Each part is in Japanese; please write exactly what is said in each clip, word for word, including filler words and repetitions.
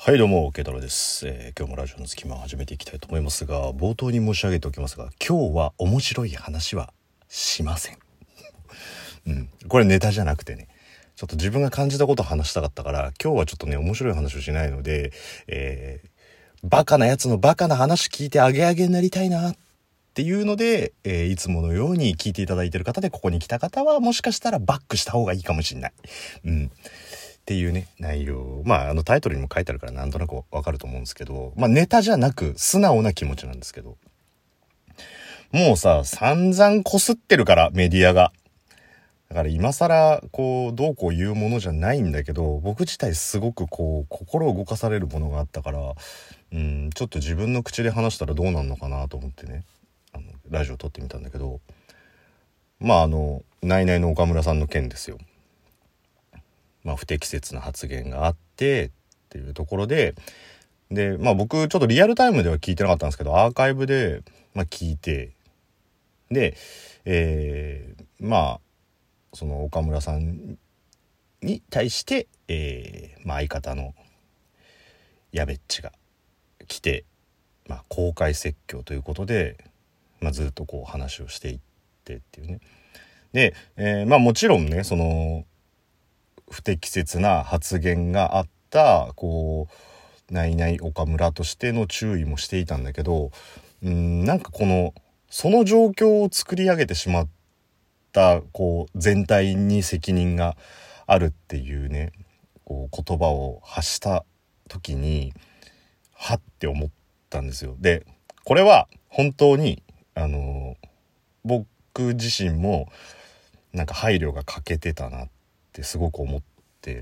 はいどうも、ケイタロウです、えー、今日もラジオの隙間を始めていきたいと思いますが、冒頭に申し上げておきますが、今日は面白い話はしませんうん、これネタじゃなくてね、ちょっと自分が感じたことを話したかったから、今日はちょっとね面白い話をしないので、えー、バカなやつのバカな話聞いてあげあげになりたいなっていうので、えー、いつものように聞いていただいている方で、ここに来た方はもしかしたらバックした方がいいかもしれない、うんっていうね内容。まああのタイトルにも書いてあるからなんとなくわかると思うんですけど、まあネタじゃなく素直な気持ちなんですけど、もうさ散々こすってるからメディアが、だから今更こうどうこう言うものじゃないんだけど、僕自体すごくこう心を動かされるものがあったから、うんちょっと自分の口で話したらどうなんのかなと思ってね、あのラジオ撮ってみたんだけど、まああのナイナイの岡村さんの件ですよ。まあ、不適切な発言があってっていうところで、で、まあ僕ちょっとリアルタイムでは聞いてなかったんですけど、アーカイブで、まあ、聞いて、で、えー、まあその岡村さんに対して、えー、まあ相方のやべっちが来て、まあ、公開説教ということで、まあ、ずっとこう話をしていってっていうね。で、えー、まあもちろんねその不適切な発言があったこうナイナイ岡村としての注意もしていたんだけど、うーんなんかこのその状況を作り上げてしまったこう全体に責任があるっていうね、こう言葉を発した時にはって思ったんですよ。でこれは本当にあの僕自身もなんか配慮が欠けてたなってすごく思って、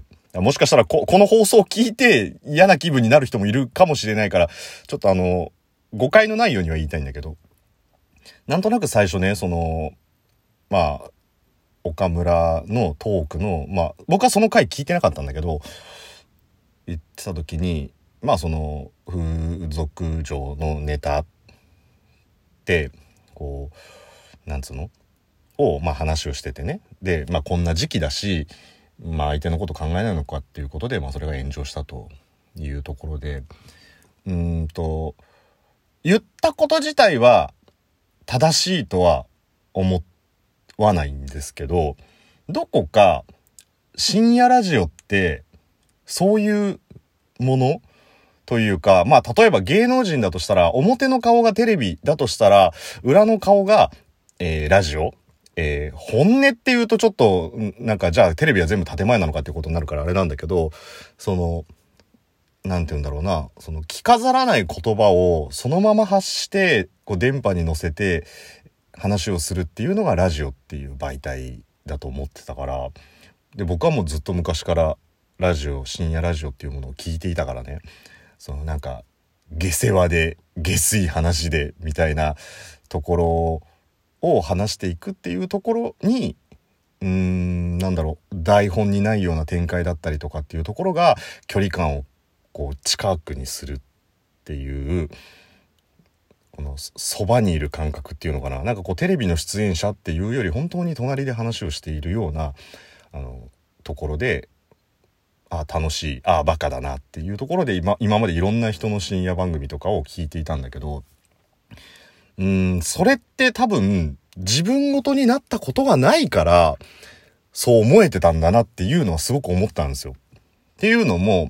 もしかしたら こ, この放送を聞いて嫌な気分になる人もいるかもしれないから、ちょっとあの誤解のないようには言いたいんだけど、なんとなく最初ねそのまあ岡村のトークの、まあ僕はその回聞いてなかったんだけど、言ってた時にまあその風俗嬢のネタってこうなんつうのをまあ話をしててね、でまあこんな時期だし、まあ相手のこと考えないのかっていうことで、まあそれが炎上したというところで、うーんと言ったこと自体は正しいとは思わないんですけど、どこか深夜ラジオってそういうものというか、まあ例えば芸能人だとしたら表の顔がテレビだとしたら裏の顔が、えー、ラジオ、えー、本音っていうとちょっとなんかじゃあテレビは全部建前なのかっていうことになるからあれなんだけど、そのなんて言うんだろうな、その着飾らない言葉をそのまま発してこう電波に乗せて話をするっていうのがラジオっていう媒体だと思ってたから、で僕はもうずっと昔からラジオ、深夜ラジオっていうものを聞いていたからね、そのなんか下世話で下水話でみたいなところを話していくっていうところに、うーんなんだろう、台本にないような展開だったりとかっていうところが距離感をこう近くにするっていう、このそばにいる感覚っていうのかな、なんかこうテレビの出演者っていうより本当に隣で話をしているようなあのところで、あ楽しい、あバカだなっていうところで今今までいろんな人の深夜番組とかを聞いていたんだけど、うーんそれって多分自分ごとになったことがないからそう思えてたんだなっていうのはすごく思ったんですよ。っていうのも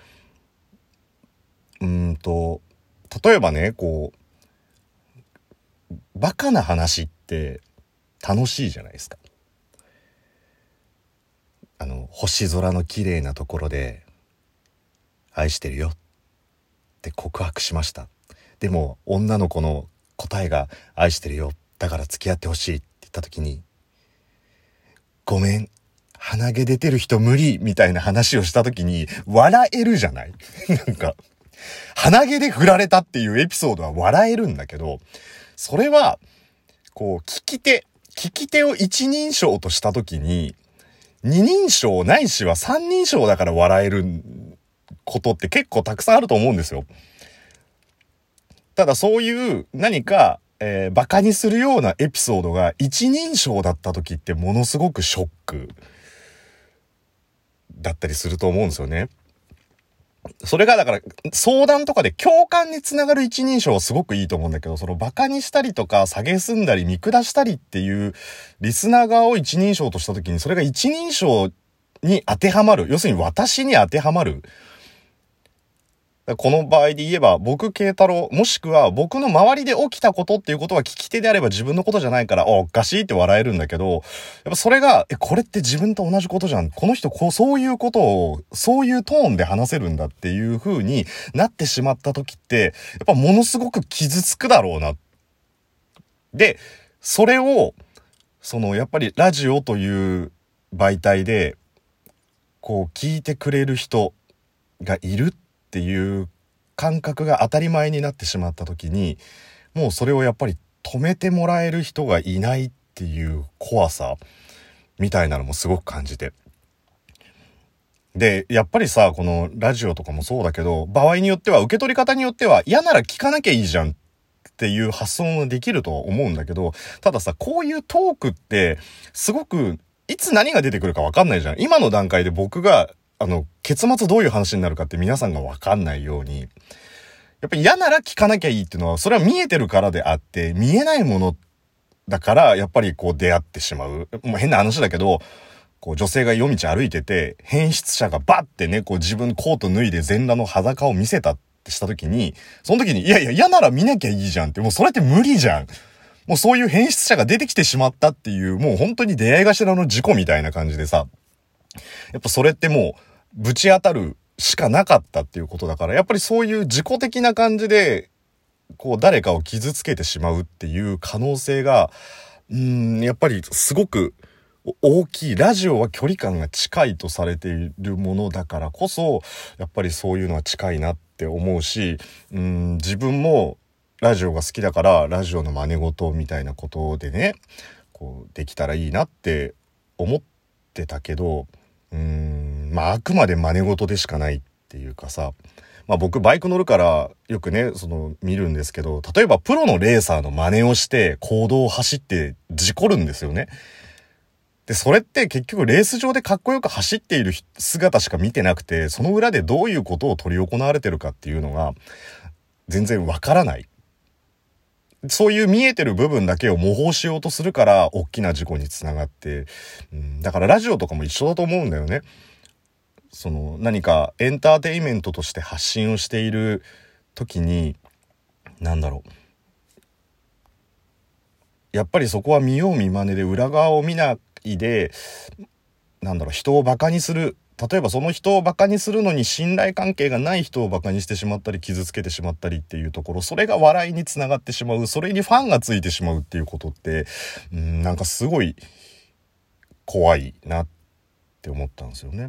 うーんと例えばね、こうバカな話って楽しいじゃないですか。あの星空の綺麗なところで愛してるよって告白しました。でも女の子の答えが愛してるよ、だから付き合ってほしいって言った時に、ごめん鼻毛出てる人無理みたいな話をした時に笑えるじゃないなんか鼻毛で振られたっていうエピソードは笑えるんだけど、それはこう聞き手聞き手を一人称とした時に二人称ないしは三人称だから笑えることって結構たくさんあると思うんですよ。ただそういう何か、えー、バカにするようなエピソードが一人称だった時ってものすごくショックだったりすると思うんですよね。 それがだから相談とかで共感につながる一人称はすごくいいと思うんだけど、そのバカにしたりとか下げすんだり見下したりっていうリスナー側を一人称とした時に、それが一人称に当てはまる。要するに私に当てはまる。この場合で言えば、僕、慶太郎、もしくは僕の周りで起きたことっていうことは聞き手であれば自分のことじゃないから、お、おかしいって笑えるんだけど、やっぱそれが、え、これって自分と同じことじゃん。この人、こう、そういうことを、そういうトーンで話せるんだっていう風になってしまった時って、やっぱものすごく傷つくだろうな。で、それを、その、やっぱりラジオという媒体で、こう、聞いてくれる人がいるっていう感覚が当たり前になってしまった時に、もうそれをやっぱり止めてもらえる人がいないっていう怖さみたいなのもすごく感じて。で、やっぱりさ、このラジオとかもそうだけど、場合によっては、受け取り方によっては、嫌なら聞かなきゃいいじゃんっていう発想もできると思うんだけど、たださ、こういうトークってすごくいつ何が出てくるか分かんないじゃん。今の段階で僕があの、結末どういう話になるかって皆さんがわかんないように、やっぱり嫌なら聞かなきゃいいっていうのは、それは見えてるからであって、見えないものだから、やっぱりこう出会ってしまう。もう変な話だけど、こう女性が夜道歩いてて、変質者がバッてね、こう自分コート脱いで全裸の裸を見せたってした時に、その時に、いやいや、嫌なら見なきゃいいじゃんって、もうそれって無理じゃん。もうそういう変質者が出てきてしまったっていう、もう本当に出会い頭の事故みたいな感じでさ、やっぱそれってもうぶち当たるしかなかったっていうことだから、やっぱりそういう自己的な感じでこう誰かを傷つけてしまうっていう可能性がうーんやっぱりすごく大きい。ラジオは距離感が近いとされているものだからこそ、やっぱりそういうのは近いなって思うし、うーん自分もラジオが好きだからラジオの真似事みたいなことでね、こうできたらいいなって思ってたけど、うーんまああくまで真似事でしかないっていうかさ、まあ僕バイク乗るからよくねその見るんですけど、例えばプロのレーサーの真似をして公道を走って事故るんですよね。でそれって結局レース場でかっこよく走っている姿しか見てなくて、その裏でどういうことを取り行われてるかっていうのが全然わからない。そういう見えてる部分だけを模倣しようとするから大きな事故につながって、うん、だからラジオとかも一緒だと思うんだよね。その何かエンターテインメントとして発信をしている時に、なんだろう、やっぱりそこは見よう見まねで裏側を見ないで、なんだろう、人をバカにする、例えばその人をバカにするのに信頼関係がない人をバカにしてしまったり傷つけてしまったりっていうところ、それが笑いにつながってしまう、それにファンがついてしまうっていうことって、うん、なんかすごい怖いなって思ったんですよね。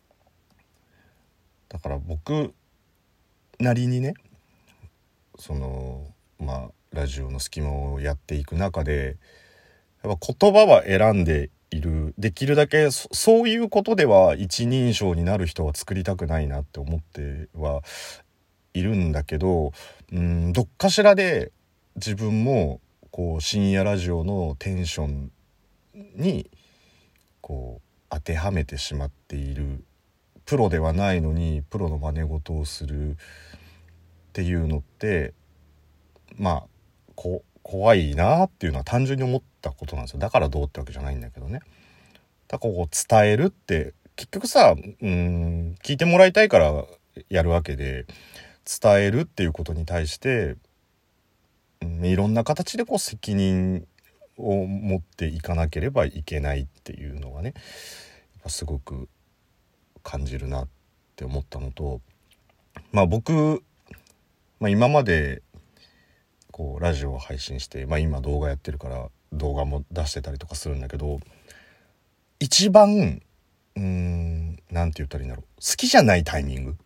だから僕なりにね、そのまあラジオの隙間をやっていく中で、やっぱ言葉は選んでいる。できるだけ そ, そういうことでは一人称になる人は作りたくないなって思ってはいるんだけど、うーんどっかしらで自分もこう深夜ラジオのテンションにこう当てはめてしまっている。プロではないのにプロの真似事をするっていうのって、まあこ怖いなっていうのは単純に思ったことなんですよ。だからどうってわけじゃないんだけどね。だからこう伝えるって結局さ、うーん聞いてもらいたいからやるわけで、伝えるっていうことに対して、うん、いろんな形でこう責任を持っていかなければいけないっていうのがね、すごく感じるなって思ったのと、まあ僕、まあ、今までこうラジオを配信して、まあ、今動画やってるから動画も出してたりとかするんだけど、一番うーんなんて言ったらいいんだろう、好きじゃないタイミング、好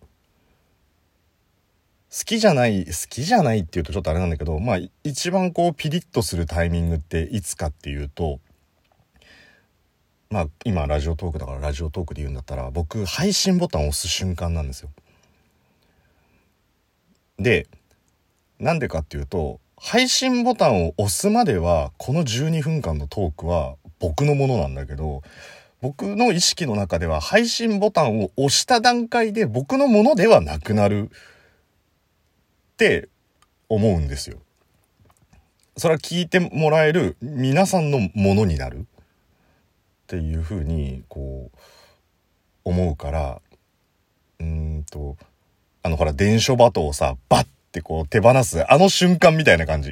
きじゃない好きじゃないっていうとちょっとあれなんだけど、まあ一番こうピリッとするタイミングっていつかっていうと、まあ今ラジオトークだからラジオトークで言うんだったら、僕配信ボタンを押す瞬間なんですよ。でなんでかっていうと、配信ボタンを押すまではこのじゅうにふんかんのトークは僕のものなんだけど、 僕の意識の中では配信ボタンを押した段階で僕のものではなくなるって思うんですよ。それは聞いてもらえる皆さんのものになるっていうふうにこう思うから、うーんとあのほら伝書バトをさバッてこう手放すあの瞬間みたいな感じ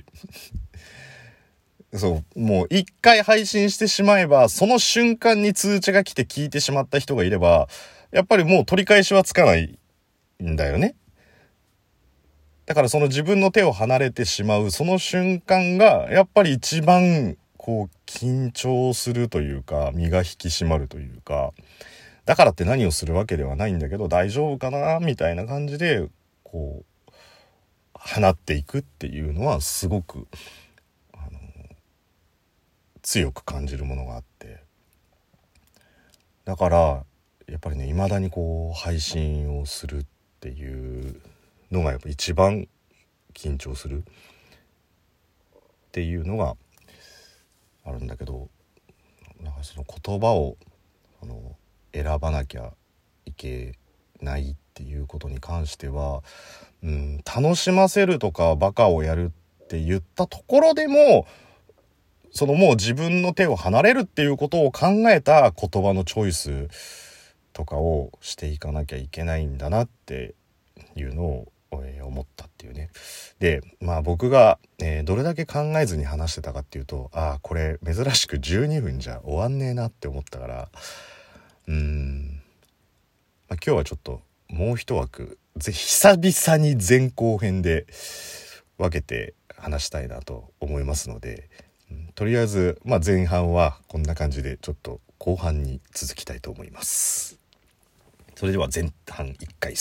そうもう一回配信してしまえばその瞬間に通知が来て聞いてしまった人がいればやっぱりもう取り返しはつかないんだよね。だからその自分の手を離れてしまうその瞬間がやっぱり一番こう緊張するというか身が引き締まるというか、だからって何をするわけではないんだけど大丈夫かなみたいな感じでこう放っていくっていうのはすごくあの強く感じるものがあって、だからやっぱりね未だにこう配信をするっていうのがやっぱ一番緊張するっていうのがあるんだけど、なんかその言葉をあの選ばなきゃいけないっていうことに関しては、うん、楽しませるとかバカをやるって言ったところでもそのもう自分の手を離れるっていうことを考えた言葉のチョイスとかをしていかなきゃいけないんだなっていうのを思ったっていうね。でまあ僕が、えー、どれだけ考えずに話してたかっていうと、ああこれ珍しくじゅうにふんじゃ終わんねえなって思ったから、うーん、まあ、今日はちょっともう一枠ぜ久々に前後編で分けて話したいなと思いますので、うん、とりあえず、まあ、前半はこんな感じでちょっと後半に続きたいと思います。それでは前半いっかい